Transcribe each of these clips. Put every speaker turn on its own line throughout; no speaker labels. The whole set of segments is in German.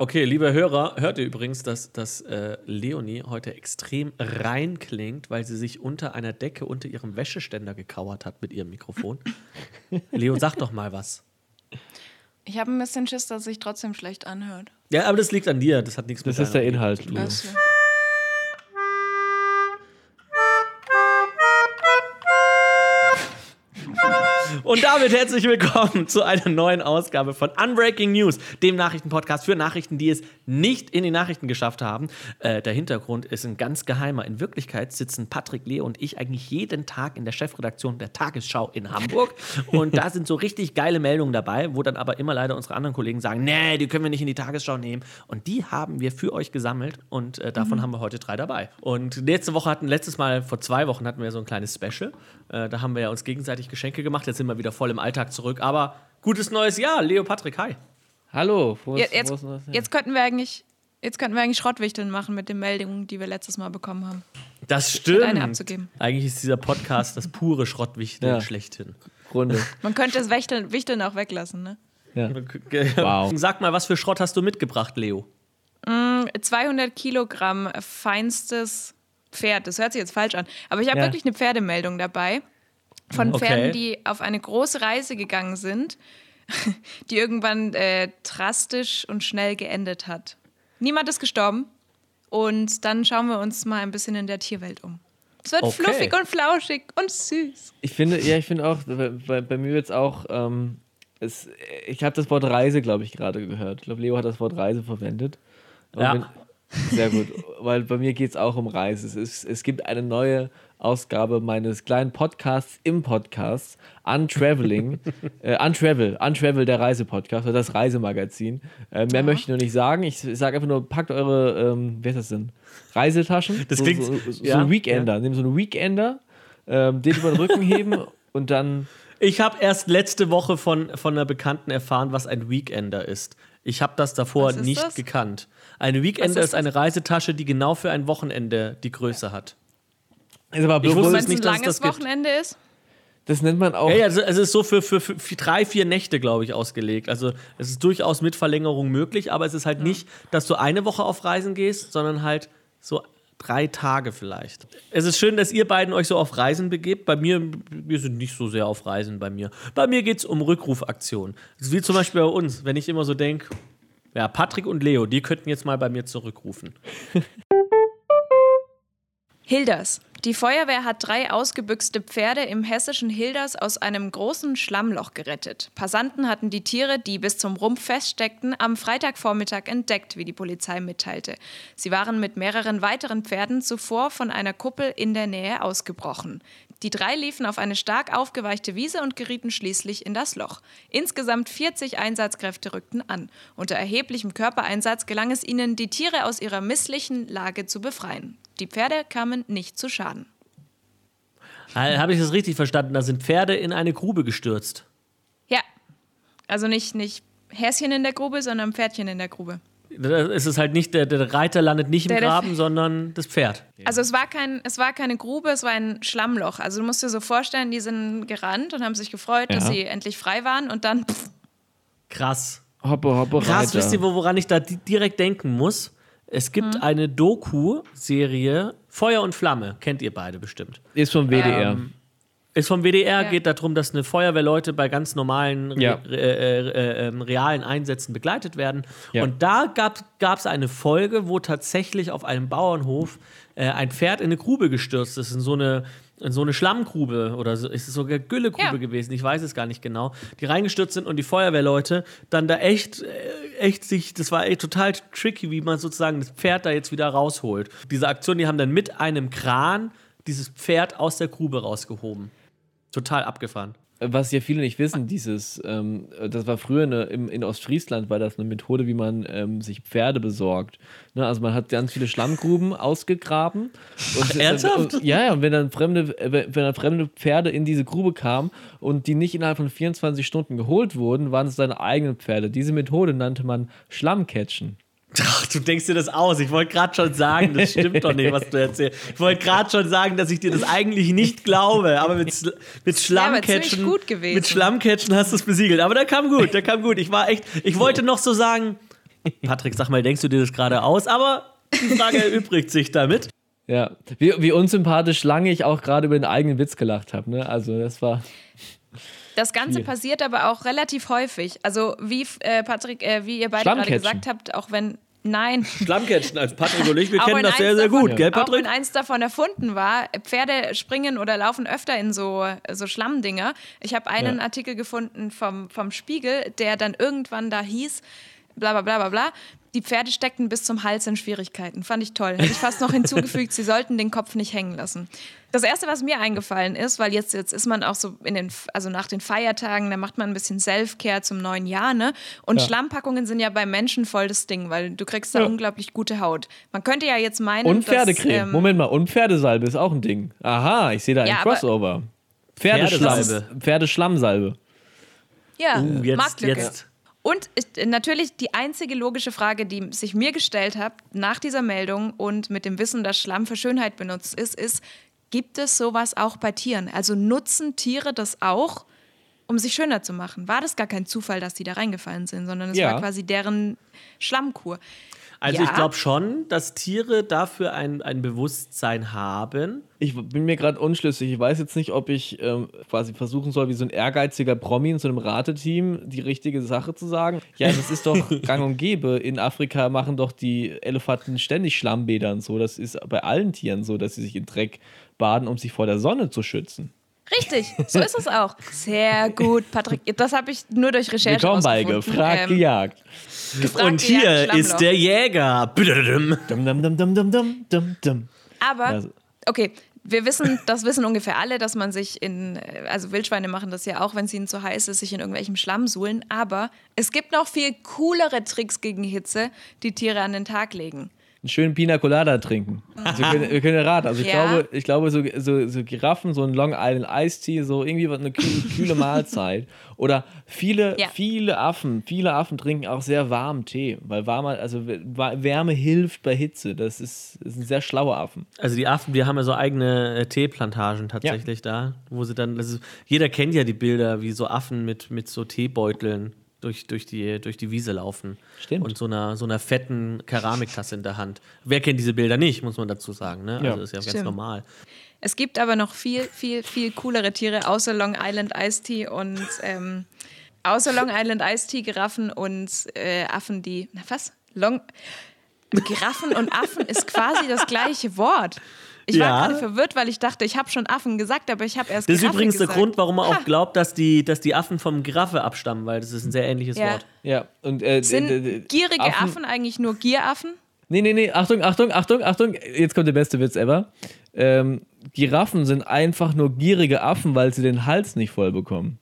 Okay, liebe Hörer, hört ihr übrigens, dass Leonie heute extrem rein klingt, weil sie sich unter einer Decke unter ihrem Wäscheständer gekauert hat mit ihrem Mikrofon. Leo, sag doch mal was.
Ich habe ein bisschen Schiss, dass sich trotzdem schlecht anhört.
Ja, aber das liegt an dir, das hat nichts mit
Das ist der Inhalt, Leo.
Also.
Und damit herzlich willkommen zu einer neuen Ausgabe von Unbreaking News, dem Nachrichtenpodcast für Nachrichten, die es nicht in die Nachrichten geschafft haben. Der Hintergrund ist ein ganz geheimer. In Wirklichkeit sitzen Patrick, Leo und ich eigentlich jeden Tag in der Chefredaktion der Tagesschau in Hamburg. Und da sind so richtig geile Meldungen dabei, wo dann aber immer leider unsere anderen Kollegen sagen, nee, die können wir nicht in die Tagesschau nehmen. Und die haben wir für euch gesammelt und davon haben wir heute 3 dabei. Und letztes Mal, vor 2 Wochen hatten wir so ein kleines Special. Da haben wir ja uns gegenseitig Geschenke gemacht. Jetzt sind wir wieder voll im Alltag zurück. Aber gutes neues Jahr. Leo, Patrick, hi.
Hallo.
Jetzt könnten wir eigentlich Schrottwichteln machen mit den Meldungen, die wir letztes Mal bekommen haben.
Das stimmt.
Eine abzugeben.
Eigentlich ist dieser Podcast das pure Schrottwichteln schlechthin.
Runde.
Man könnte das Wichteln auch weglassen, ne?
Ja. Wow.
Sag mal, was für Schrott hast du mitgebracht, Leo?
200 Kilogramm feinstes Pferd. Das hört sich jetzt falsch an. Aber ich habe wirklich eine Pferdemeldung dabei. Von Pferden, die auf eine große Reise gegangen sind, die irgendwann drastisch und schnell geendet hat. Niemand ist gestorben. Und dann schauen wir uns mal ein bisschen in der Tierwelt um. Es wird fluffig und flauschig und süß.
Ich finde auch, bei mir jetzt auch, ich habe das Wort Reise, glaube ich, gerade gehört. Ich glaube, Leo hat das Wort Reise verwendet. Sehr gut, weil bei mir geht es auch um Reise. Es gibt eine neue Ausgabe meines kleinen Podcasts im Podcast, Untraveling, Untravel, der Reisepodcast, oder das Reisemagazin. Mehr möchte ich noch nicht sagen. Ich sage einfach nur, packt eure, wie heißt das denn, Reisetaschen.
Das klingt,
so ein Weekender. Nehmt so einen Weekender, den über den Rücken heben und dann...
Ich habe erst letzte Woche von einer Bekannten erfahren, was ein Weekender ist. Ich habe das davor nicht gekannt. Eine Weekender ist eine Reisetasche, die genau für ein Wochenende die Größe hat.
Ist aber
Ich wusste nicht, dass es ein langes Wochenende ist?
Das nennt man auch...
Ja, also es ist so für 3-4 Nächte, glaube ich, ausgelegt. Also es ist durchaus mit Verlängerung möglich, aber es ist halt nicht, dass du eine Woche auf Reisen gehst, sondern halt so 3 Tage vielleicht. Es ist schön, dass ihr beiden euch so auf Reisen begebt. Wir sind nicht so sehr auf Reisen bei mir. Bei mir geht es um Rückrufaktionen. Wie zum Beispiel bei uns, wenn ich immer so denke, ja, Patrick und Leo, die könnten jetzt mal bei mir zurückrufen.
Hilders. Die Feuerwehr hat 3 ausgebüxte Pferde im hessischen Hilders aus einem großen Schlammloch gerettet. Passanten hatten die Tiere, die bis zum Rumpf feststeckten, am Freitagvormittag entdeckt, wie die Polizei mitteilte. Sie waren mit mehreren weiteren Pferden zuvor von einer Kuppel in der Nähe ausgebrochen. Die 3 liefen auf eine stark aufgeweichte Wiese und gerieten schließlich in das Loch. Insgesamt 40 Einsatzkräfte rückten an. Unter erheblichem Körpereinsatz gelang es ihnen, die Tiere aus ihrer misslichen Lage zu befreien. Die Pferde kamen nicht zu Schaden.
Habe ich das richtig verstanden? Da sind Pferde in eine Grube gestürzt.
Ja, also nicht Häschen in der Grube, sondern Pferdchen in der Grube.
Es ist halt nicht, der Reiter landet nicht im Graben, sondern das Pferd.
Also es war keine Grube, es war ein Schlammloch. Also du musst dir so vorstellen, die sind gerannt und haben sich gefreut, dass sie endlich frei waren und dann...
Krass.
Hoppe,
Krass,
Reiter.
wisst ihr, woran ich da direkt denken muss? Es gibt eine Doku-Serie, Feuer und Flamme, kennt ihr beide bestimmt.
Ist vom WDR.
Ist vom WDR, geht darum, dass eine Feuerwehrleute bei ganz normalen, realen Einsätzen begleitet werden. Ja. Und da gab es eine Folge, wo tatsächlich auf einem Bauernhof ein Pferd in eine Grube gestürzt ist, in so eine Schlammgrube oder so, ist es sogar Güllegrube gewesen, ich weiß es gar nicht genau, die reingestürzt sind und die Feuerwehrleute dann da echt das war echt total tricky, wie man sozusagen das Pferd da jetzt wieder rausholt. Diese Aktion, die haben dann mit einem Kran dieses Pferd aus der Grube rausgehoben. Total abgefahren.
Was ja viele nicht wissen, das war früher in Ostfriesland, war das eine Methode, wie man sich Pferde besorgt. Ne, also man hat ganz viele Schlammgruben ausgegraben. Und
ernsthaft?
Und wenn dann fremde Pferde in diese Grube kamen und die nicht innerhalb von 24 Stunden geholt wurden, waren es seine eigenen Pferde. Diese Methode nannte man Schlammcatchen.
Ach, du denkst dir das aus. Ich wollte gerade schon sagen, das stimmt doch nicht, was du erzählst. Ich wollte gerade schon sagen, dass ich dir das eigentlich nicht glaube. Aber mit Schlammcatchen hast du es besiegelt. Aber der kam gut. Ich wollte noch so sagen, Patrick, sag mal, denkst du dir das gerade aus? Aber die Frage erübrigt sich damit.
Ja, wie unsympathisch lange ich auch gerade über den eigenen Witz gelacht habe. Ne? Also das war...
Das Ganze passiert aber auch relativ häufig. Also wie Patrick, wie ihr beide gerade gesagt habt, auch wenn... Nein.
Schlammcatchen, als Patrick und ich, wir kennen das sehr, sehr gut, gell, Patrick?
Auch wenn eins davon erfunden war, Pferde springen oder laufen öfter in so Schlammdinger. Ich habe einen Artikel gefunden vom Spiegel, der dann irgendwann da hieß, bla bla bla bla bla, die Pferde steckten bis zum Hals in Schwierigkeiten. Fand ich toll. Hätte ich fast noch hinzugefügt, sie sollten den Kopf nicht hängen lassen. Das Erste, was mir eingefallen ist, weil jetzt ist man auch so also nach den Feiertagen, da macht man ein bisschen Self-Care zum neuen Jahr, ne? Und Schlammpackungen sind ja bei Menschen voll das Ding, weil du kriegst da unglaublich gute Haut. Man könnte ja jetzt meinen,
und Pferdecreme. Moment mal, und Pferdesalbe ist auch ein Ding. Aha, ich sehe da ein Crossover. Pferdeschlammsalbe.
Ja, Marktlücke. Und natürlich die einzige logische Frage, die sich mir gestellt hat, nach dieser Meldung und mit dem Wissen, dass Schlamm für Schönheit benutzt ist, gibt es sowas auch bei Tieren? Also nutzen Tiere das auch, um sich schöner zu machen? War das gar kein Zufall, dass die da reingefallen sind, sondern es war quasi deren Schlammkur?
Also ich glaube schon, dass Tiere dafür ein Bewusstsein haben.
Ich bin mir gerade unschlüssig. Ich weiß jetzt nicht, ob ich quasi versuchen soll, wie so ein ehrgeiziger Promi in so einem Rateteam die richtige Sache zu sagen. Ja, das ist doch gang und gäbe. In Afrika machen doch die Elefanten ständig Schlammbäder und so. Das ist bei allen Tieren so, dass sie sich in Dreck baden, um sich vor der Sonne zu schützen.
Richtig, so ist es auch. Sehr gut, Patrick. Das habe ich nur durch Recherche
rausgefunden. Willkommen bei Gefragt, gejagt.
Und hier ist der Jäger.
Aber, okay, das wissen ungefähr alle, dass man sich also Wildschweine machen das ja auch, wenn es ihnen zu heiß ist, sich in irgendwelchem Schlamm suhlen. Aber es gibt noch viel coolere Tricks gegen Hitze, die Tiere an den Tag legen.
Einen schönen Pina Colada trinken. Also wir können raten. Also ich glaube so Giraffen, so ein Long Island Iced Tea, so irgendwie eine kühle Mahlzeit. Oder viele Affen trinken auch sehr warmen Tee, weil Wärme hilft bei Hitze. Das sind sehr schlaue Affen.
Also die Affen, die haben ja so eigene Teeplantagen tatsächlich da, wo sie dann, jeder kennt ja die Bilder, wie so Affen mit so Teebeuteln durch die Wiese laufen.
Stimmt.
Und so einer fetten Keramiktasse in der Hand. Wer kennt diese Bilder nicht, muss man dazu sagen. Ne? Also ist ja ganz normal.
Es gibt aber noch viel, viel, viel coolere Tiere, außer Long Island Iced Tea und Giraffen und Affen, die... Na was? Giraffen und Affen ist quasi das gleiche Wort. Ich war gerade verwirrt, weil ich dachte, ich habe schon Affen gesagt, aber ich habe erst
Das ist
Giraffe
übrigens
gesagt.
der Grund, warum man auch glaubt, dass die Affen vom Giraffe abstammen, weil das ist ein sehr ähnliches Wort.
Ja. Und,
sind gierige Affen eigentlich nur Gieraffen?
Nee, Achtung, jetzt kommt der beste Witz ever. Giraffen sind einfach nur gierige Affen, weil sie den Hals nicht voll bekommen.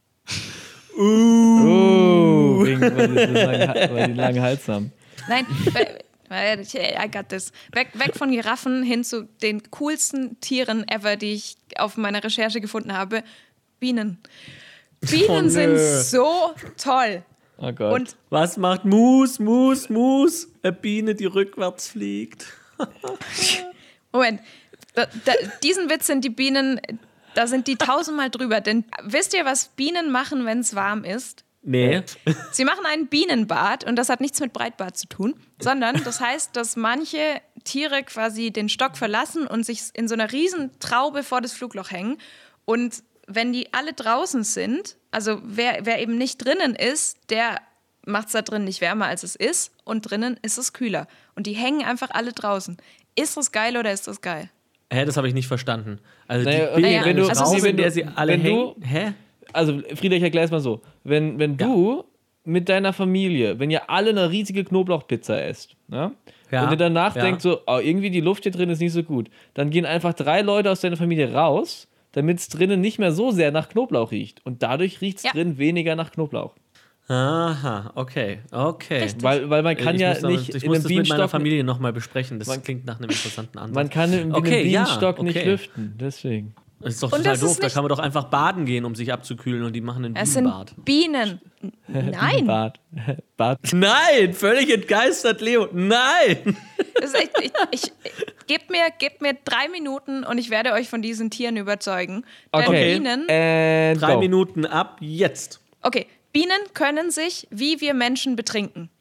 Weil die einen langen Hals haben.
Nein, I got this. Weg von Giraffen hin zu den coolsten Tieren ever, die ich auf meiner Recherche gefunden habe. Bienen. Bienen sind so toll.
Oh Gott.
Und
was macht Mus? Eine Biene, die rückwärts fliegt.
Moment. Diesen Witz sind die Bienen, da sind die 1000-mal drüber. Denn wisst ihr, was Bienen machen, wenn es warm ist?
Nee.
Sie machen ein Bienenbad und das hat nichts mit Breitbart zu tun, sondern das heißt, dass manche Tiere quasi den Stock verlassen und sich in so einer riesen Traube vor das Flugloch hängen. Und wenn die alle draußen sind, also wer eben nicht drinnen ist, der macht es da drin nicht wärmer, als es ist, und drinnen ist es kühler. Und die hängen einfach alle draußen. Ist das geil oder ist das geil?
Das habe ich nicht verstanden. Also
wenn
du hä?
Also Frieda, ich erkläre es mal so. Wenn du mit deiner Familie, wenn ihr alle eine riesige Knoblauchpizza esst, und ihr danach denkt so, irgendwie die Luft hier drin ist nicht so gut, dann gehen einfach 3 Leute aus deiner Familie raus, damit es drinnen nicht mehr so sehr nach Knoblauch riecht. Und dadurch riecht es drin weniger nach Knoblauch.
Aha, okay.
Weil man kann
ich muss
nicht
das mit meiner Familie nochmal besprechen. Das klingt nach einem interessanten Ansatz.
Man kann in einem Bienenstock nicht lüften, deswegen.
Das ist doch total doof. Da kann man doch einfach baden gehen, um sich abzukühlen, und die machen einen Bienenbad.
Es sind Bienen. Nein.
Bad.
Nein, völlig entgeistert, Leo. Nein.
Das ist echt, gebt mir 3 Minuten und ich werde euch von diesen Tieren überzeugen.
Okay.
Denn Bienen...
3 Minuten ab jetzt.
Okay, Bienen können sich, wie wir Menschen, betrinken.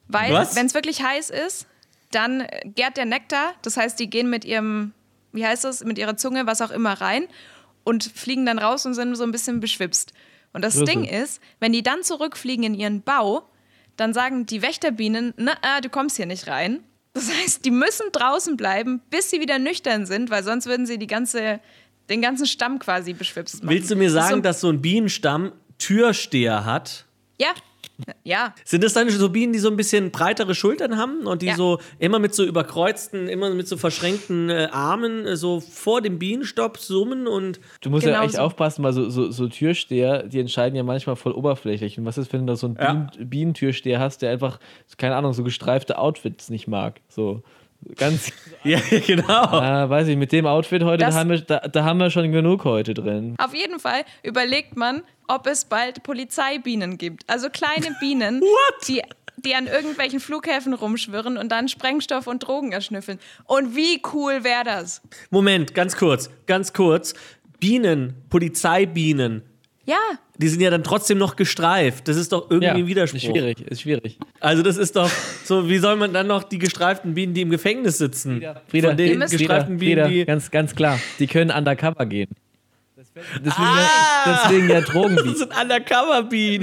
Weil,
Was?
wenn es wirklich heiß ist, dann gärt der Nektar. Das heißt, die gehen mit ihrem, wie heißt das, mit ihrer Zunge, was auch immer rein und fliegen dann raus und sind so ein bisschen beschwipst. Und das Ding ist, wenn die dann zurückfliegen in ihren Bau, dann sagen die Wächterbienen, du kommst hier nicht rein. Das heißt, die müssen draußen bleiben, bis sie wieder nüchtern sind, weil sonst würden sie den ganzen Stamm quasi beschwipst machen.
Willst du mir sagen, dass so ein Bienenstamm Türsteher hat?
Ja.
Sind das dann so Bienen, die so ein bisschen breitere Schultern haben und die so immer mit so überkreuzten, immer mit so verschränkten Armen so vor dem Bienenstopp summen und...
Du musst ja
Genau
echt
so.
aufpassen, weil so Türsteher, die entscheiden ja manchmal voll oberflächlich. Und was ist, wenn du da so einen Bienentürsteher hast, der einfach, keine Ahnung, so gestreifte Outfits nicht mag? So ganz...
Ja, genau.
weiß ich, mit dem Outfit heute, da haben wir schon genug heute drin.
Auf jeden Fall überlegt man, ob es bald Polizeibienen gibt. Also kleine Bienen, die an irgendwelchen Flughäfen rumschwirren und dann Sprengstoff und Drogen erschnüffeln. Und wie cool wäre das?
Moment, ganz kurz. Bienen, Polizeibienen,
Ja,
die sind ja dann trotzdem noch gestreift. Das ist doch irgendwie ein Widerspruch.
Ist schwierig.
Also das ist doch so, wie soll man dann noch die gestreiften Bienen, die im Gefängnis sitzen? Von den gestreiften Bienen, die...
Ganz klar, die können undercover gehen. Deswegen ja Drogenbienen.
Das sind Undercover-Bienen.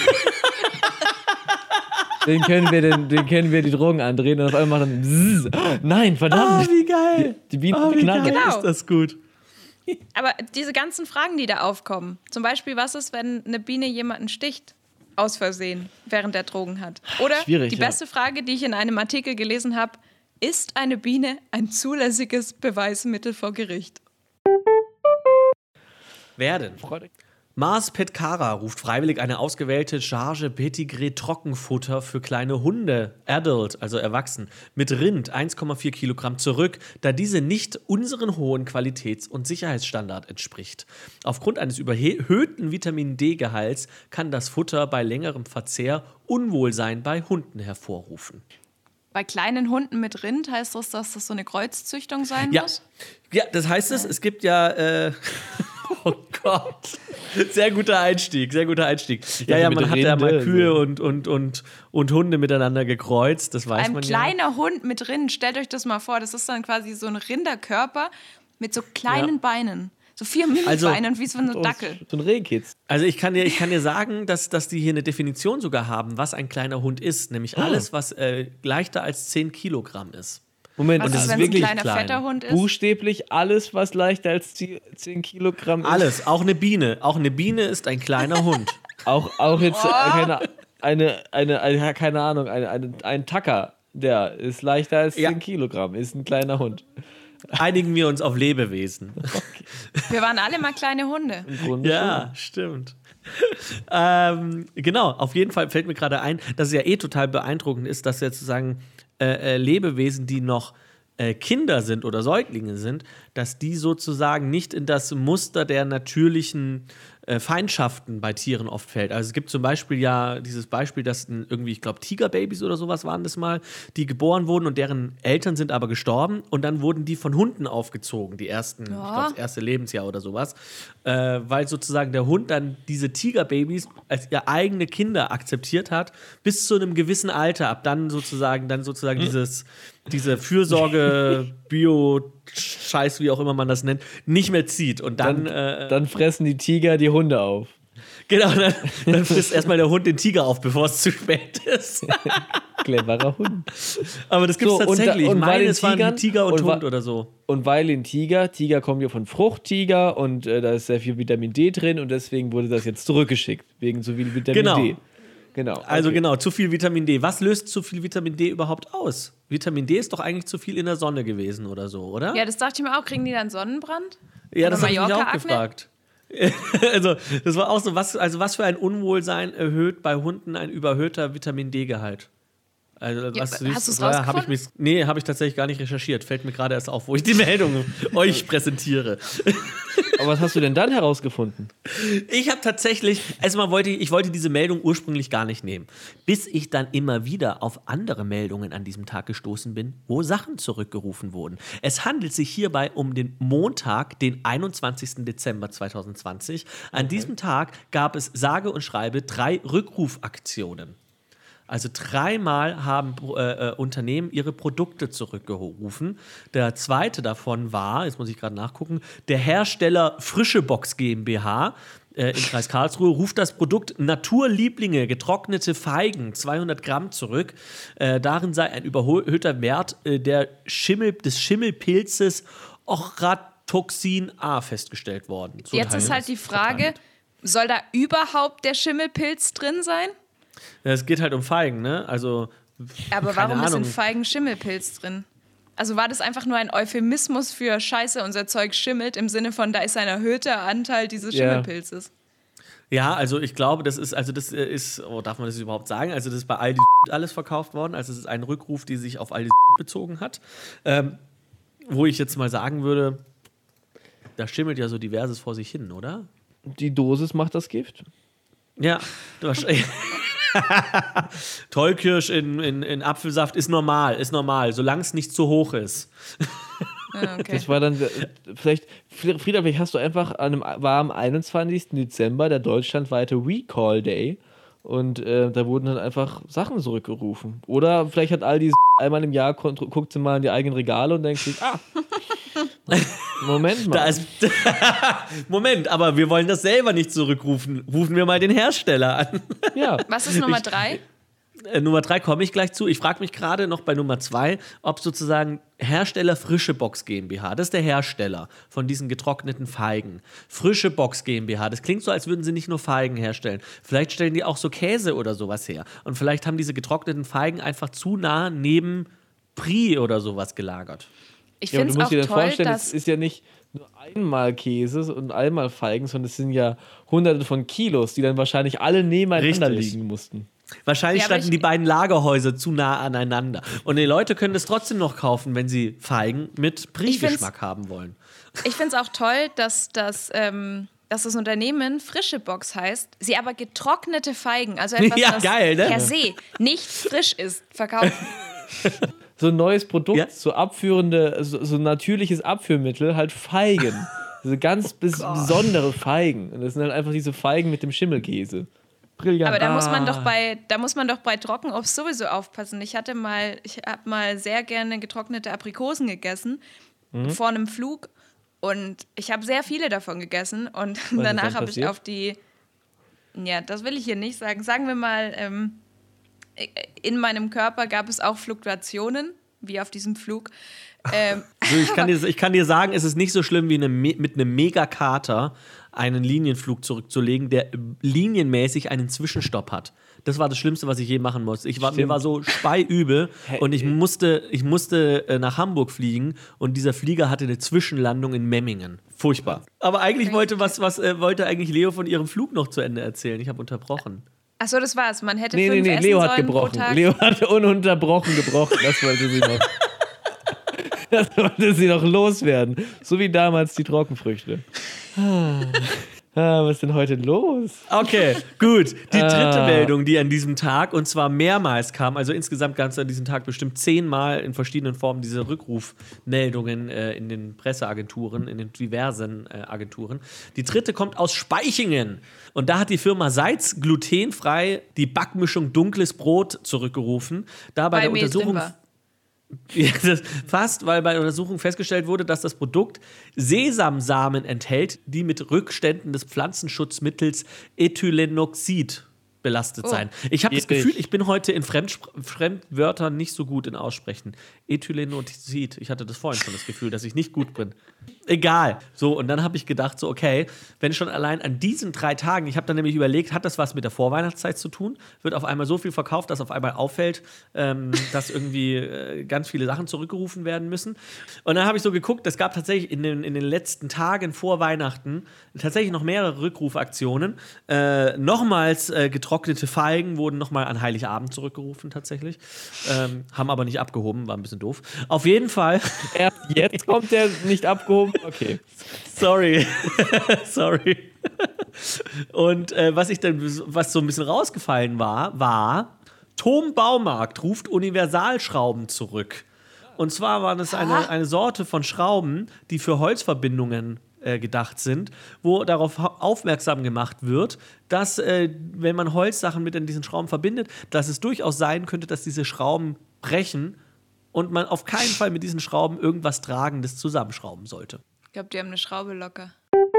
Den können wir die Drogen andrehen und auf einmal machen Bzzz. Nein, verdammt.
Wie geil.
Die Bienen knallen.
Genau.
Ist das gut.
aber diese ganzen Fragen, die da aufkommen, zum Beispiel, was ist, wenn eine Biene jemanden sticht? Aus Versehen, während er Drogen hat. Oder
Schwierig,
die beste Frage, die ich in einem Artikel gelesen habe, ist eine Biene ein zulässiges Beweismittel vor Gericht?
Wer denn? Mars Petkara ruft freiwillig eine ausgewählte Charge Pedigree Trockenfutter für kleine Hunde, Adult, also erwachsen, mit Rind 1,4 Kilogramm zurück, da diese nicht unseren hohen Qualitäts- und Sicherheitsstandard entspricht. Aufgrund eines überhöhten Vitamin-D-Gehalts kann das Futter bei längerem Verzehr Unwohlsein bei Hunden hervorrufen.
Bei kleinen Hunden mit Rind heißt das, dass das so eine Kreuzzüchtung sein
Ja.
muss?
Ja, das heißt es gibt ja... Oh Gott. Sehr guter Einstieg. Ja, man hat ja mal Kühe und Hunde miteinander gekreuzt, das weiß
Ein
man ja.
kleiner Hund mit Rind, stellt euch das mal vor, das ist dann quasi so ein Rinderkörper mit so kleinen Beinen. So 4 Mini-Beinen, wie so ein Dackel.
So ein Rehkitz.
Also ich kann dir sagen, dass die hier eine Definition sogar haben, was ein kleiner Hund ist. Nämlich alles, was leichter als 10 Kilogramm ist.
Moment,
Was
und das
ist,
ist
wenn es ein
wirklich
kleiner,
klein.
fetter Hund ist?
buchstäblich alles, was leichter als 10 Kilogramm ist.
Alles, auch eine Biene. Auch eine Biene ist ein kleiner Hund.
Auch jetzt keine Ahnung, ein Tacker, der ist leichter als 10 Kilogramm, ist ein kleiner Hund.
Einigen wir uns auf Lebewesen.
Wir waren alle mal kleine Hunde.
Im Grunde
Ja, stimmt. Genau, auf jeden Fall fällt mir gerade ein, dass es ja total beeindruckend ist, dass jetzt sozusagen Lebewesen, die noch Kinder sind oder Säuglinge sind, dass die sozusagen nicht in das Muster der natürlichen Feindschaften bei Tieren oft fällt. Also es gibt zum Beispiel ja dieses Beispiel, dass irgendwie, ich glaube, Tigerbabys oder sowas waren das mal, die geboren wurden und deren Eltern sind aber gestorben und dann wurden die von Hunden aufgezogen, die ersten, ich glaube, das erste Lebensjahr oder sowas, weil sozusagen der Hund dann diese Tigerbabys als ihre eigene Kinder akzeptiert hat, bis zu einem gewissen Alter, ab dann sozusagen diese Fürsorge, Bio-Scheiß, wie auch immer man das nennt, nicht mehr zieht. Und
dann fressen die Tiger die Hunde auf.
Genau, dann frisst erstmal der Hund den Tiger auf, bevor es zu spät ist.
Cleverer Hund.
Aber das gibt es
So,
tatsächlich.
und
Ich meine,
bei
es waren
den
Tiger und
und
Hund oder so.
Und weil in Tiger kommen ja von Fruchttiger und da ist sehr viel Vitamin D drin und deswegen wurde das jetzt zurückgeschickt, wegen so viel Vitamin D. Genau.
Also genau, zu viel Vitamin D. Was löst zu viel Vitamin D überhaupt aus? Vitamin D ist doch eigentlich zu viel in der Sonne gewesen oder so, oder?
Ja, das dachte ich mir auch. Kriegen die dann Sonnenbrand?
Ja,
Oder
das habe ich mich auch
Mallorca-Akne?
gefragt. Also, das war auch so, was für ein Unwohlsein erhöht bei Hunden ein überhöhter Vitamin D-Gehalt? Also,
Ja,
was
hast du's rausgefunden?
habe ich tatsächlich gar nicht recherchiert. Fällt mir gerade erst auf, wo ich die Meldung euch präsentiere.
Aber was hast du denn dann herausgefunden?
Ich habe tatsächlich, ich wollte diese Meldung ursprünglich gar nicht nehmen, bis ich dann immer wieder auf andere Meldungen an diesem Tag gestoßen bin, wo Sachen zurückgerufen wurden. Es handelt sich hierbei um den Montag, den 21. Dezember 2020. An diesem Tag gab es sage und schreibe 3 Rückrufaktionen. Also 3-mal haben Unternehmen ihre Produkte zurückgerufen. Der zweite davon war, jetzt muss ich gerade nachgucken, der Hersteller Frischebox GmbH im Kreis Karlsruhe ruft das Produkt Naturlieblinge, getrocknete Feigen, 200 Gramm zurück. Darin sei ein überhöhter Wert des Schimmelpilzes Ochratoxin A festgestellt worden. So
jetzt ist halt die Frage, soll da überhaupt der Schimmelpilz drin sein?
Es geht halt um Feigen, ne? Also,
aber warum ist in Feigen Schimmelpilz drin? Also war das einfach nur ein Euphemismus für Scheiße, unser Zeug schimmelt, im Sinne von, da ist ein erhöhter Anteil dieses Schimmelpilzes?
Ja, also ich glaube, das ist, darf man das überhaupt sagen? Also das ist bei Aldi alles verkauft worden. Also es ist ein Rückruf, die sich auf Aldi bezogen hat. Wo ich jetzt mal sagen würde, da schimmelt ja so Diverses vor sich hin, oder?
Die Dosis macht das Gift.
Ja, Tollkirsch in Apfelsaft ist normal, solange es nicht zu hoch ist.
Okay. Das war dann, Frieda, vielleicht hast du einfach war am 21. Dezember der deutschlandweite Recall Day und da wurden dann einfach Sachen zurückgerufen. Oder vielleicht hat Aldi einmal im Jahr, guckt sie mal in die eigenen Regale und denkt sich, Moment mal.
Moment, aber wir wollen das selber nicht zurückrufen. Rufen wir mal den Hersteller an.
Ja. Was ist Nummer 3?
Nummer 3 komme ich gleich zu. Ich frage mich gerade noch bei Nummer 2, ob sozusagen Hersteller Frischebox GmbH, das ist der Hersteller von diesen getrockneten Feigen. Frischebox GmbH, das klingt so, als würden sie nicht nur Feigen herstellen. Vielleicht stellen die auch so Käse oder sowas her. Und vielleicht haben diese getrockneten Feigen einfach zu nah neben Brie oder sowas gelagert.
Ich finde es auch toll, vorstellen,
es ist ja nicht nur einmal Käse und einmal Feigen, sondern es sind ja hunderte von Kilos, die dann wahrscheinlich alle nebeneinander liegen mussten.
Wahrscheinlich standen die beiden Lagerhäuser zu nah aneinander. Und die Leute können das trotzdem noch kaufen, wenn sie Feigen mit Brie-Geschmack haben wollen.
Ich finde es auch toll, dass das Unternehmen Frischebox heißt, sie aber getrocknete Feigen, also etwas, das per se nicht frisch ist, verkaufen.
So ein neues Produkt, so natürliches Abführmittel, halt Feigen. So ganz besondere Feigen. Und das sind halt einfach diese Feigen mit dem Schimmelkäse. Brillant.
Aber da muss man doch bei Trockenobst sowieso aufpassen. Ich habe mal sehr gerne getrocknete Aprikosen gegessen vor einem Flug und ich habe sehr viele davon gegessen und danach habe ich das will ich hier nicht sagen. Sagen wir mal, in meinem Körper gab es auch Fluktuationen, wie auf diesem Flug.
Also ich kann dir sagen, es ist nicht so schlimm, wie mit einem Megakater einen Linienflug zurückzulegen, der linienmäßig einen Zwischenstopp hat. Das war das Schlimmste, was ich je machen musste. Mir war so speiübel und ich musste nach Hamburg fliegen und dieser Flieger hatte eine Zwischenlandung in Memmingen. Furchtbar. Aber eigentlich wollte eigentlich Leo von ihrem Flug noch zu Ende erzählen. Ich habe unterbrochen.
Achso, das war's. Man hätte 5 essen
Leo hat
sollen
gebrochen.
pro Tag.
Leo hat ununterbrochen gebrochen. Das wollte sie noch. Das wollte sie noch loswerden. So wie damals die Trockenfrüchte. Was ist denn heute los?
Okay, gut. Die dritte Meldung, die an diesem Tag, und zwar mehrmals kam, also insgesamt gab es an diesem Tag bestimmt 10-mal in verschiedenen Formen diese Rückrufmeldungen in den Presseagenturen, in den diversen Agenturen. Die dritte kommt aus Spaichingen. Und da hat die Firma Seitz glutenfrei die Backmischung Dunkles Brot zurückgerufen. Da bei der Untersuchung... Ja, fast, weil bei der Untersuchung festgestellt wurde, dass das Produkt Sesamsamen enthält, die mit Rückständen des Pflanzenschutzmittels Ethylenoxid belastet sein. Ich habe das Gefühl, ich bin heute in Fremdwörtern nicht so gut in Aussprechen. Ethylenoxid. Ich hatte das vorhin schon das Gefühl, dass ich nicht gut bin. Egal. So, und dann habe ich gedacht, so, okay, wenn schon allein an diesen 3 Tagen, ich habe dann nämlich überlegt, hat das was mit der Vorweihnachtszeit zu tun? Wird auf einmal so viel verkauft, dass auf einmal auffällt, dass irgendwie ganz viele Sachen zurückgerufen werden müssen. Und dann habe ich so geguckt, es gab tatsächlich in den letzten Tagen vor Weihnachten tatsächlich noch mehrere Rückrufaktionen. Nochmals getrocknete Feigen wurden nochmal an Heiligabend zurückgerufen tatsächlich. Haben aber nicht abgehoben, war ein bisschen doof. Auf jeden Fall.
Erst jetzt kommt der nicht abgehoben. Okay.
Sorry. Und was so ein bisschen rausgefallen war, Tom Baumarkt ruft Universalschrauben zurück. Und zwar war das eine Sorte von Schrauben, die für Holzverbindungen gedacht sind, wo darauf aufmerksam gemacht wird, dass, wenn man Holzsachen mit in diesen Schrauben verbindet, dass es durchaus sein könnte, dass diese Schrauben brechen und man auf keinen Fall mit diesen Schrauben irgendwas Tragendes zusammenschrauben sollte.
Ich glaube, die haben eine Schraube locker.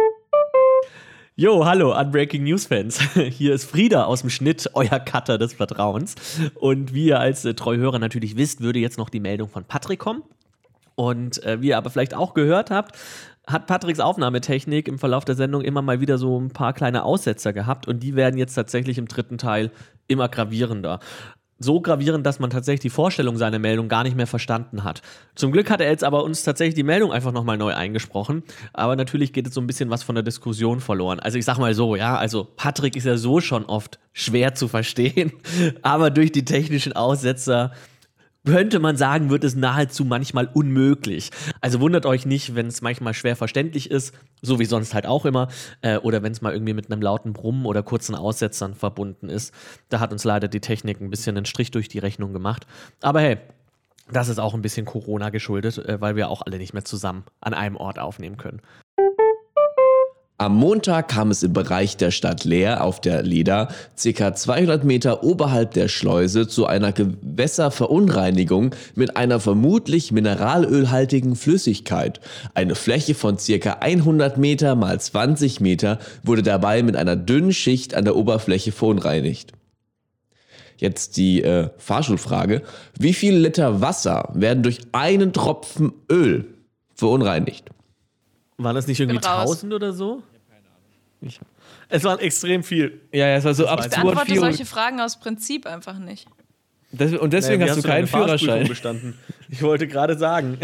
Jo, hallo an Breaking News Fans. Hier ist Frieda aus dem Schnitt, euer Cutter des Vertrauens. Und wie ihr als Treuhörer natürlich wisst, würde jetzt noch die Meldung von Patrick kommen. Und wie ihr aber vielleicht auch gehört habt, hat Patricks Aufnahmetechnik im Verlauf der Sendung immer mal wieder so ein paar kleine Aussetzer gehabt. Und die werden jetzt tatsächlich im dritten Teil immer gravierender. So gravierend, dass man tatsächlich die Vorstellung seiner Meldung gar nicht mehr verstanden hat. Zum Glück hat er jetzt aber uns tatsächlich die Meldung einfach nochmal neu eingesprochen. Aber natürlich geht jetzt so ein bisschen was von der Diskussion verloren. Also ich sag mal so, ja, also Patrick ist ja so schon oft schwer zu verstehen. Aber durch die technischen Aussetzer könnte man sagen, wird es nahezu manchmal unmöglich. Also wundert euch nicht, wenn es manchmal schwer verständlich ist, so wie sonst halt auch immer, oder wenn es mal irgendwie mit einem lauten Brummen oder kurzen Aussetzern verbunden ist. Da hat uns leider die Technik ein bisschen einen Strich durch die Rechnung gemacht. Aber hey, das ist auch ein bisschen Corona geschuldet, weil wir auch alle nicht mehr zusammen an einem Ort aufnehmen können.
Am Montag kam es im Bereich der Stadt Leer auf der Leda, ca. 200 Meter oberhalb der Schleuse, zu einer Gewässerverunreinigung mit einer vermutlich mineralölhaltigen Flüssigkeit. Eine Fläche von ca. 100 Meter mal 20 Meter wurde dabei mit einer dünnen Schicht an der Oberfläche verunreinigt. Jetzt die Fahrschulfrage. Wie viele Liter Wasser werden durch einen Tropfen Öl verunreinigt?
War das nicht irgendwie 1000 oder so? Es waren extrem viel.
Ja, es war so
Ich
absurd
beantworte
viel.
solche Fragen aus Prinzip einfach nicht.
Und deswegen hast du keinen Führerschein
bestanden. Ich wollte gerade sagen.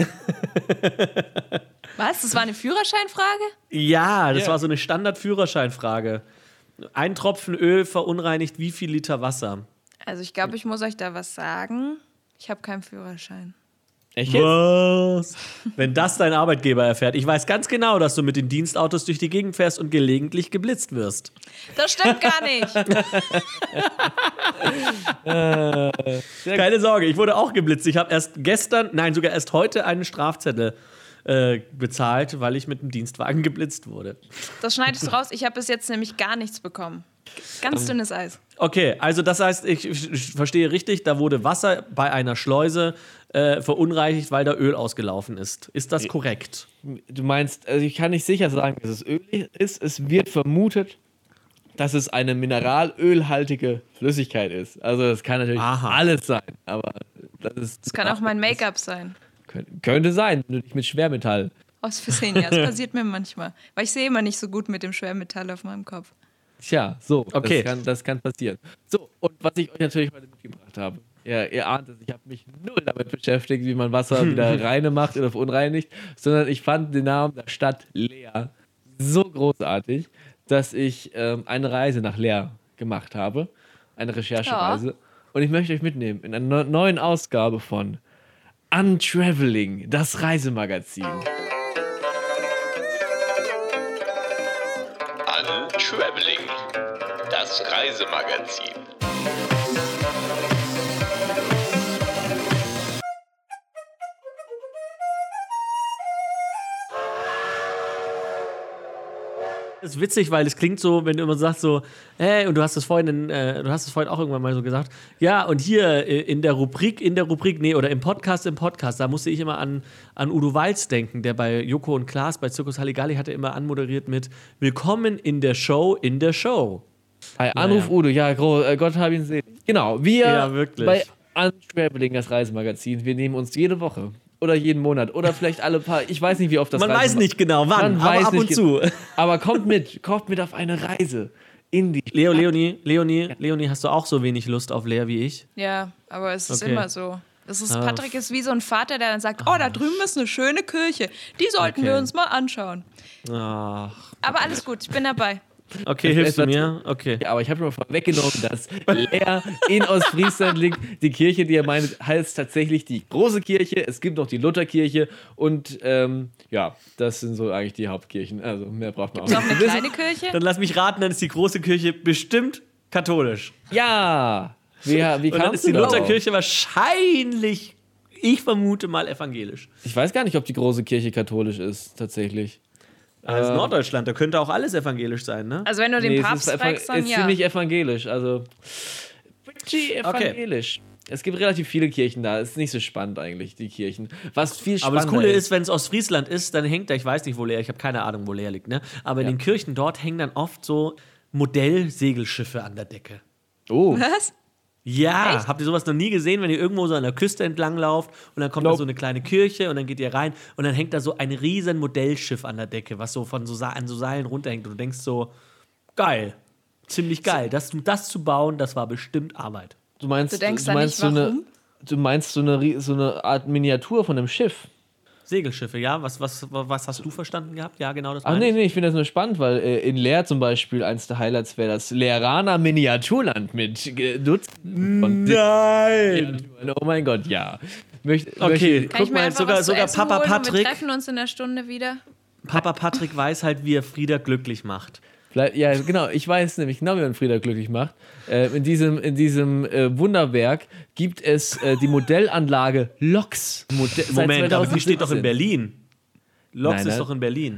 Was? Das war eine Führerscheinfrage?
Ja, das war so eine Standard-Führerscheinfrage. Ein Tropfen Öl verunreinigt wie viel Liter Wasser?
Also ich glaube, ich muss euch da was sagen. Ich habe keinen Führerschein.
Echt jetzt?
Was? Wenn das dein Arbeitgeber erfährt. Ich weiß ganz genau, dass du mit den Dienstautos durch die Gegend fährst und gelegentlich geblitzt wirst.
Das stimmt gar nicht.
Keine Sorge, ich wurde auch geblitzt. Ich habe sogar erst heute einen Strafzettel bezahlt, weil ich mit dem Dienstwagen geblitzt wurde.
Das schneidest du raus. Ich habe bis jetzt nämlich gar nichts bekommen. Ganz dünnes Eis.
Okay, also das heißt, ich verstehe richtig, da wurde Wasser bei einer Schleuse verunreinigt, weil da Öl ausgelaufen ist. Ist das korrekt?
Du meinst, also ich kann nicht sicher sagen, dass es Öl ist. Es wird vermutet, dass es eine mineralölhaltige Flüssigkeit ist. Also das kann natürlich alles sein, aber
das kann auch mein Make-up sein.
Könnte sein, nur nicht mit Schwermetall.
Aus Versehen, ja. Das passiert mir manchmal. Weil ich sehe immer nicht so gut mit dem Schwermetall auf meinem Kopf.
Tja, so,
okay.
Das kann passieren. So, und was ich euch natürlich heute mitgebracht habe, ja, ihr ahnt es, ich habe mich null damit beschäftigt, wie man Wasser wieder reine macht oder verunreinigt, sondern ich fand den Namen der Stadt Leer so großartig, dass ich eine Reise nach Leer gemacht habe, eine Recherchereise. Ja. Und ich möchte euch mitnehmen in einer neuen Ausgabe von Untraveling, das Reisemagazin.
Untraveling, das Reisemagazin.
Das ist witzig, weil es klingt so, wenn du immer sagst so, hey, und du hast es vorhin auch irgendwann mal so gesagt, ja, und hier in der Rubrik, oder im Podcast, da musste ich immer an Udo Walz denken, der bei Joko und Klaas, bei Circus Halligalli, hatte immer anmoderiert mit Willkommen in der Show, in der Show.
Bei Anruf Udo, ja, Gott hab ihn sehen. Genau, wir bei Untraveling, das Reisemagazin, wir nehmen uns jede Woche oder jeden Monat oder vielleicht alle paar, ich weiß nicht, wie oft das
Man weiß nicht genau, wann, aber ab und zu.
Aber kommt mit auf eine Reise in die
Leonie, hast du auch so wenig Lust auf Leer wie ich?
Ja, aber es ist immer so. Patrick ist wie so ein Vater, der dann sagt, da drüben ist eine schöne Kirche, die sollten wir uns mal anschauen.
Ach.
Aber alles gut, ich bin dabei.
Okay, hilfst du mir? Okay.
Ja, aber ich habe schon mal vorweggenommen, dass Leer in Ostfriesland liegt. Die Kirche, die er meint, heißt tatsächlich die große Kirche. Es gibt noch die Lutherkirche und das sind so eigentlich die Hauptkirchen. Also mehr braucht man auch nicht.
Gibt's noch eine kleine Kirche?
Dann lass mich raten, dann ist die große Kirche bestimmt katholisch.
Ja! Wie
und dann ist die Lutherkirche wahrscheinlich, ich vermute mal, evangelisch.
Ich weiß gar nicht, ob die große Kirche katholisch ist, tatsächlich.
Das ist Norddeutschland, da könnte auch alles evangelisch sein, ne?
Also wenn du den Papst fragst, dann
ist ziemlich evangelisch, also pretty evangelisch. Es gibt relativ viele Kirchen da, ist nicht so spannend eigentlich, die Kirchen. Was viel spannender
Aber das Coole ist, wenn es Ostfriesland ist, dann hängt da, ich weiß nicht, wo Leer, ich habe keine Ahnung, wo Leer liegt, ne? Aber in den Kirchen dort hängen dann oft so Modellsegelschiffe an der Decke.
Oh.
Was?
Ja,
Echt?
habt ihr sowas noch nie gesehen, wenn ihr irgendwo so an der Küste entlang lauft und dann kommt da so eine kleine Kirche und dann geht ihr rein und dann hängt da so ein riesen Modellschiff an der Decke, was so von an so Seilen runterhängt und du denkst so, geil, ziemlich geil. Das zu bauen, das war bestimmt Arbeit.
Du meinst,
Du denkst da nicht,
so eine Art Miniatur von einem Schiff?
Segelschiffe, ja? Was hast du verstanden gehabt? Ja, genau das
Ach
meine ich.
nee, ich finde das nur spannend, weil in Leer zum Beispiel eins der Highlights wäre das Leeraner Miniaturland mit Dutzenden von
Nein!
Oh mein Gott, ja.
Okay,
Kann ich
guck
mir
mal,
einfach was zu
sogar
essen
Papa
holen und wir
Patrick.
treffen uns in der Stunde wieder?
Papa Patrick weiß halt, wie er Frieda glücklich macht.
Ja, genau, ich weiß nämlich genau, wie man Frieda glücklich macht. In diesem Wunderwerk gibt es die Modellanlage LOX.
Moment, aber die steht doch in Berlin. LOX
Nein,
ist doch in Berlin.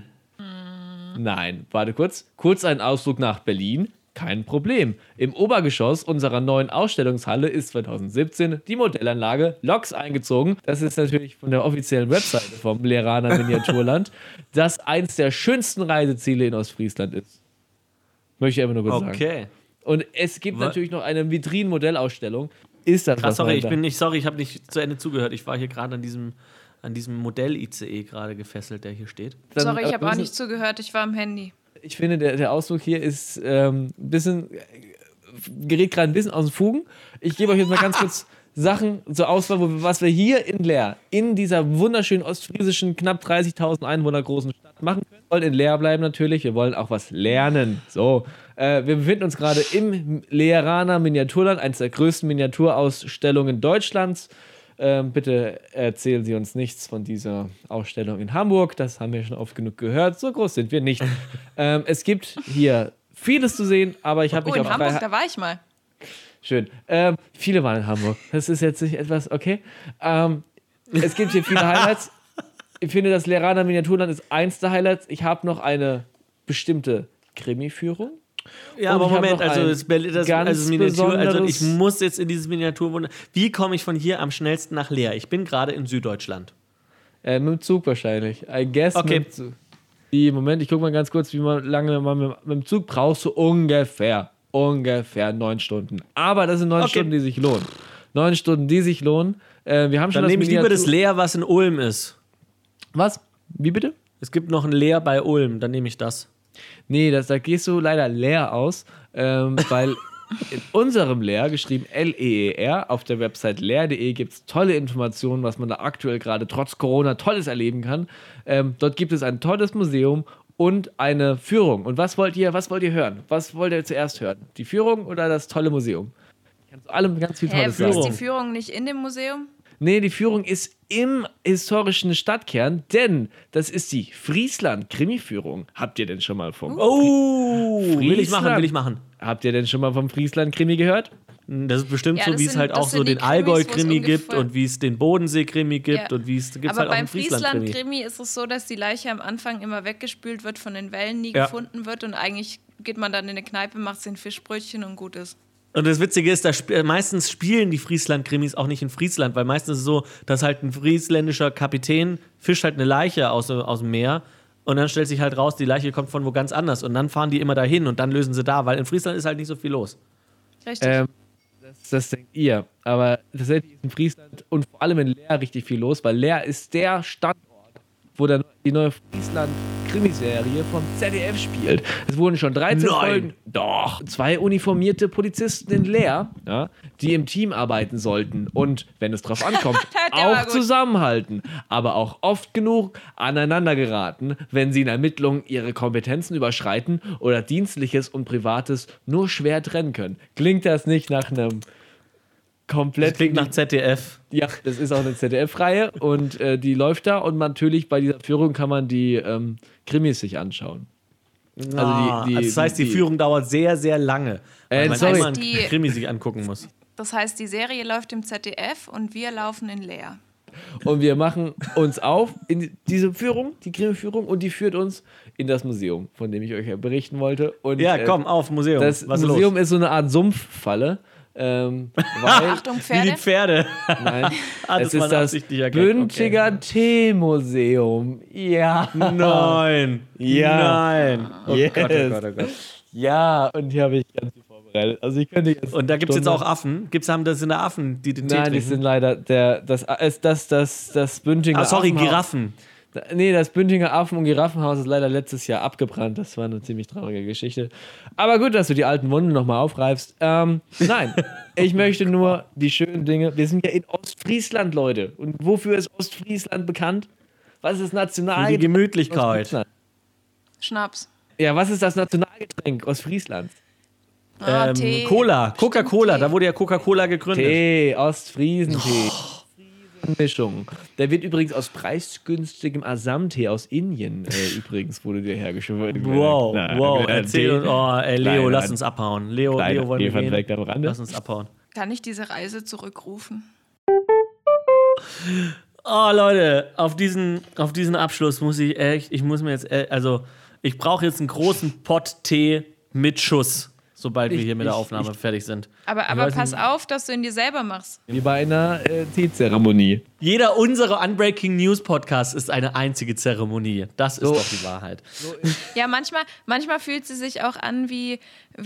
Nein, warte kurz. Kurz ein Ausflug nach Berlin. Kein Problem. Im Obergeschoss unserer neuen Ausstellungshalle ist 2017 die Modellanlage LOX eingezogen. Das ist natürlich von der offiziellen Webseite vom Leeraner Miniaturland, das eins der schönsten Reiseziele in Ostfriesland ist. Möchte ich einfach nur kurz sagen.
Okay.
Und es gibt natürlich noch eine Vitrin-Modellausstellung. Ist das
Krass,
was?
ich habe nicht zu Ende zugehört. Ich war hier gerade an diesem Modell-ICE gerade gefesselt, der hier steht.
Sorry, ich habe auch nicht zugehört, ich war am Handy.
Ich finde, der Ausdruck hier ist ein bisschen, gerät gerade ein bisschen aus den Fugen. Ich gebe euch jetzt mal ganz kurz Sachen zur Auswahl, was wir hier in Leer, in dieser wunderschönen ostfriesischen, knapp 30.000 Einwohner großen Stadt machen können. Wir wollen in Leer bleiben natürlich, wir wollen auch was lernen. So, wir befinden uns gerade im Leeraner Miniaturland, eines der größten Miniaturausstellungen Deutschlands. Bitte erzählen Sie uns nichts von dieser Ausstellung in Hamburg, das haben wir schon oft genug gehört, so groß sind wir nicht. Es gibt hier vieles zu sehen, aber ich habe mich
in
auf
Hamburg, da war ich mal.
Schön. Viele waren in Hamburg. Das ist jetzt nicht etwas, okay. Es gibt hier viele Highlights. Ich finde, das Leeraner Miniaturland ist eins der Highlights. Ich habe noch eine bestimmte Krimi-Führung.
Ja,
Und
aber
ich hab
Moment,
noch
also Miniatur, also ich
besonderes-
muss jetzt in dieses Miniaturwunder. Wie komme ich von hier am schnellsten nach Leer? Ich bin gerade in Süddeutschland.
Mit dem Zug wahrscheinlich. I guess
Okay.
mit dem Zug. Moment, ich gucke mal ganz kurz, wie lange man mit dem Zug brauchst du ungefähr 9 Stunden. Aber das sind 9 Stunden, die sich lohnen. 9 Stunden, die sich lohnen. Wir haben schon
Dann nehme ich lieber
Miniatur-
das Leer, was in Ulm ist.
Was? Wie bitte?
Es gibt noch ein Leer bei Ulm, dann nehme ich das.
Nee, da gehst du leider leer aus, weil in unserem Leer, geschrieben L-E-E-R, auf der Website leer.de gibt es tolle Informationen, was man da aktuell gerade trotz Corona Tolles erleben kann. Dort gibt es ein tolles Museum und eine Führung. Und was wollt ihr hören? Was wollt ihr zuerst hören? Die Führung oder das tolle Museum? Ich kann zu allem ganz viel Tolles sagen.
Ist die Führung nicht in dem Museum?
Nee, die Führung ist im historischen Stadtkern, denn das ist die Friesland-Krimi-Führung. Habt ihr denn schon mal vom
Will ich
Friesland.
machen.
Habt ihr denn schon mal vom Friesland-Krimi gehört?
Das ist bestimmt
Ja,
so,
das
wie es
sind-
halt
das
auch so
sind die
den
Krimis,
Allgäu-Krimi
wo es
gibt
ungefähr-
und wie es den Bodensee-Krimi gibt
Ja.
und wie es gibt's
Aber
halt auch
beim
einen Friesland-Krimi.
Friesland-Krimi ist es so, dass die Leiche am Anfang immer weggespült wird, von den Wellen nie
Ja.
gefunden wird und eigentlich geht man dann in eine Kneipe, macht sich ein Fischbrötchen und gut ist.
Und das Witzige ist, meistens spielen die Friesland-Krimis auch nicht in Friesland, weil meistens ist es so, dass halt ein friesländischer Kapitän fischt halt eine Leiche aus dem Meer und dann stellt sich halt raus, die Leiche kommt von wo ganz anders und dann fahren die immer dahin und dann lösen sie da, weil in Friesland ist halt nicht so viel los.
Richtig.
Das denkt ihr. Aber tatsächlich ist in Friesland und vor allem in Leer richtig viel los, weil Leer ist der Standort, wo dann die neue Friesland-Krimiserie vom ZDF spielt. Es wurden schon 13
Nein.
Folgen. Doch. 2 uniformierte Polizisten in Leer, ja, die im Team arbeiten sollten und, wenn es drauf ankommt,
Der war
auch
gut.
zusammenhalten. Aber auch oft genug aneinander geraten, wenn sie in Ermittlungen ihre Kompetenzen überschreiten oder Dienstliches und Privates nur schwer trennen können. Klingt das nicht nach einem komplett...
Das klingt nach ZDF.
Ja, das ist auch eine ZDF-Reihe und die läuft da und natürlich bei dieser Führung kann man die Krimis sich anschauen.
Also das heißt, die Führung dauert sehr, sehr lange, weil man
sorry.
immer einen
Die-
Krimi sich angucken muss.
Das heißt, die Serie läuft im ZDF und wir laufen in Leer.
Und wir machen uns auf in diese Führung, die Grimme-Führung, und die führt uns in das Museum, von dem ich euch ja berichten wollte. Und,
Ja, komm, auf, Museum.
Das
Was ist
Museum
los?
ist so eine Art Sumpffalle. Weil
Achtung,
Wie die
Pferde.
Pferde.
Nein,
Das
es
war
ist
ein
das
absichtlicher Gag,
Büntiger Teemuseum. Ja.
Nein.
Ja.
Nein. Oh
Yes.
Gott, oh Gott, oh Gott.
Ja, und hier habe ich ganz viel vorbereitet. Also ich könnte jetzt
Und da gibt es jetzt
Stunde-
auch Affen. Das sind da Affen, die den Tee
Nein, die
trinken?
sind leider das Bündinger
Sorry,
Affenhaus.
Giraffen.
Nee, das Bündinger Affen- und Giraffenhaus ist leider letztes Jahr abgebrannt. Das war eine ziemlich traurige Geschichte. Aber gut, dass du die alten Wunden nochmal aufreibst. Nein, ich möchte nur die schönen Dinge. Wir sind ja in Ostfriesland, Leute. Und wofür ist Ostfriesland bekannt? Was ist das
Für die
Nationalgetränk
Gemütlichkeit.
Ostfrieslands?
Schnaps.
Ja, was ist das Nationalgetränk Ostfrieslands?
Tee.
Cola, Coca-Cola.
Tee.
Da wurde ja Coca-Cola gegründet.
Tee, Ostfriesentee. Mischung. Der wird übrigens aus preisgünstigem Assam-Tee aus Indien übrigens wurde der hergestellt.
Wow,
Nein,
wow.
nein,
Erzähl uns.
Tee.
Oh, ey, Leo,
Kleiner-
lass uns abhauen. Leo,
kleiner
wollen wir
Tee-Fun-Fact
gehen?
am Rande.
Lass uns abhauen.
Kann ich diese Reise zurückrufen?
Oh, Leute, auf diesen Abschluss muss ich echt, ich brauche jetzt einen großen Pott Tee mit Schuss, sobald wir hier mit der Aufnahme fertig sind.
Aber
weiß
pass
nicht.
auf, dass du ihn dir selber machst.
Wie bei einer Teezeremonie.
Jeder unserer Unbreaking News Podcasts ist eine einzige Zeremonie. Das ist
So.
doch die Wahrheit.
Ja, manchmal fühlt sie sich auch an wie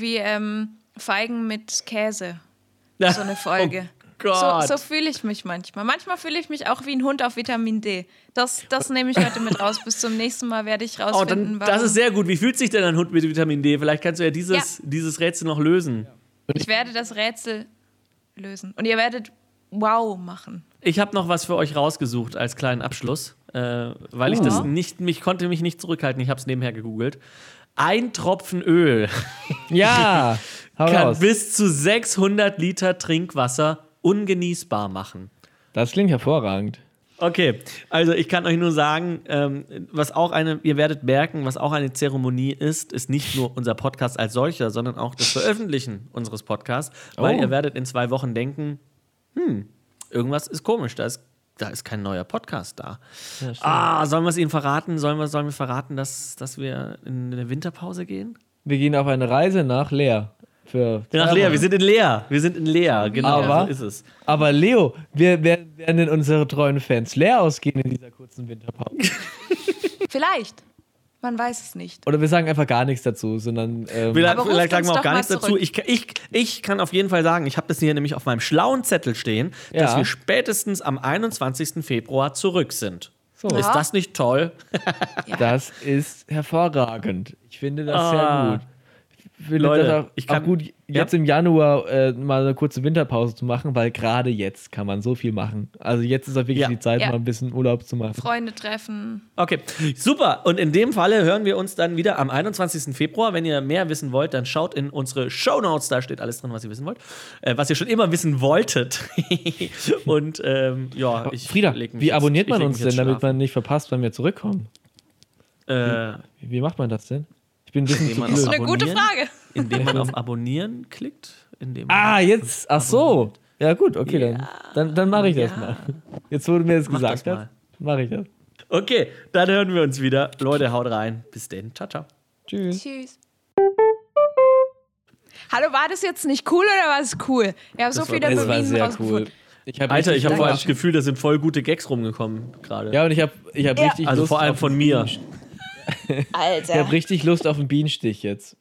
Feigen mit Käse. So eine Folge.
Oh Gott.
So fühle ich mich manchmal. Manchmal fühle ich mich auch wie ein Hund auf Vitamin D. Das nehme ich heute mit raus. Bis zum nächsten Mal werde ich rausfinden,
Das ist sehr gut. Wie fühlt sich denn ein Hund mit Vitamin D? Vielleicht kannst du ja dieses Rätsel noch lösen.
Ich werde das Rätsel lösen. Und ihr werdet wow machen.
Ich habe noch was für euch rausgesucht als kleinen Abschluss, weil ich konnte mich nicht zurückhalten. Ich habe es nebenher gegoogelt. Ein Tropfen Öl
Ja, hau
kann
raus.
bis zu 600 Liter Trinkwasser ungenießbar machen.
Das klingt hervorragend.
Okay, also ich kann euch nur sagen, ihr werdet merken, was auch eine Zeremonie ist nicht nur unser Podcast als solcher, sondern auch das Veröffentlichen unseres Podcasts, weil ihr werdet in 2 Wochen denken, irgendwas ist komisch, da ist kein neuer Podcast da.
Ja,
Sollen wir es Ihnen verraten? Sollen wir verraten, dass wir in eine Winterpause gehen?
Wir gehen auf eine Reise nach Leer.
Nach Leer, wir sind in Leer, genau,
Aber-
so ist es.
Aber Leo, werden denn unsere treuen Fans leer ausgehen in dieser kurzen Winterpause?
Vielleicht. Man weiß es nicht.
Oder wir sagen einfach gar nichts dazu, sondern
Vielleicht
ruft
sagen
uns
wir auch
doch
gar
mal
nichts dazu.
zurück.
Ich kann auf jeden Fall sagen, ich habe das hier nämlich auf meinem schlauen Zettel stehen, dass
Ja.
wir spätestens am 21. Februar zurück sind.
so.
Ja.
Ist das nicht toll?
Das ist hervorragend. Ich finde das
Ah.
sehr gut. Ich finde
Leute,
das auch,
ich kann-
auch gut, jetzt im Januar mal eine kurze Winterpause zu machen, weil gerade jetzt kann man so viel machen. Also jetzt ist auch wirklich
Ja.
die Zeit,
Ja.
mal ein bisschen Urlaub zu machen.
Freunde treffen.
Okay, super. Und in dem Falle hören wir uns dann wieder am 21. Februar. Wenn ihr mehr wissen wollt, dann schaut in unsere Shownotes. Da steht alles drin, was ihr wissen wollt. Was ihr schon immer wissen wolltet. Und
Frieda, wie abonniert man uns denn, damit
man
man nicht verpasst, wenn wir zurückkommen? Wie macht man das denn? Ich bin ein bisschen zu
man
Das ist
blöd.
eine gute
Abonnieren?
Frage.
indem man auf Abonnieren klickt. Indem man
Jetzt, ach so. Ja gut, okay, dann mache ich das mal. Jetzt, wo du mir das
Mach
gesagt
das mal.
hast, mache ich das.
Okay, dann hören wir uns wieder. Leute, haut rein. Bis denn. Ciao, ciao.
Tschüss.
Tschüss. Hallo, war das jetzt nicht cool oder war es cool? Ich habe so viele
Das war
Beweisen
sehr cool.
rausgefunden.
Alter, ich habe vor allem das
Dankeschön.
Gefühl, da sind voll gute Gags rumgekommen gerade.
Ja, und ich hab richtig
Also
Lust
vor allem
auf
von
einen
mir.
Bienenstich.
Alter.
Ich habe richtig Lust auf einen Bienenstich jetzt.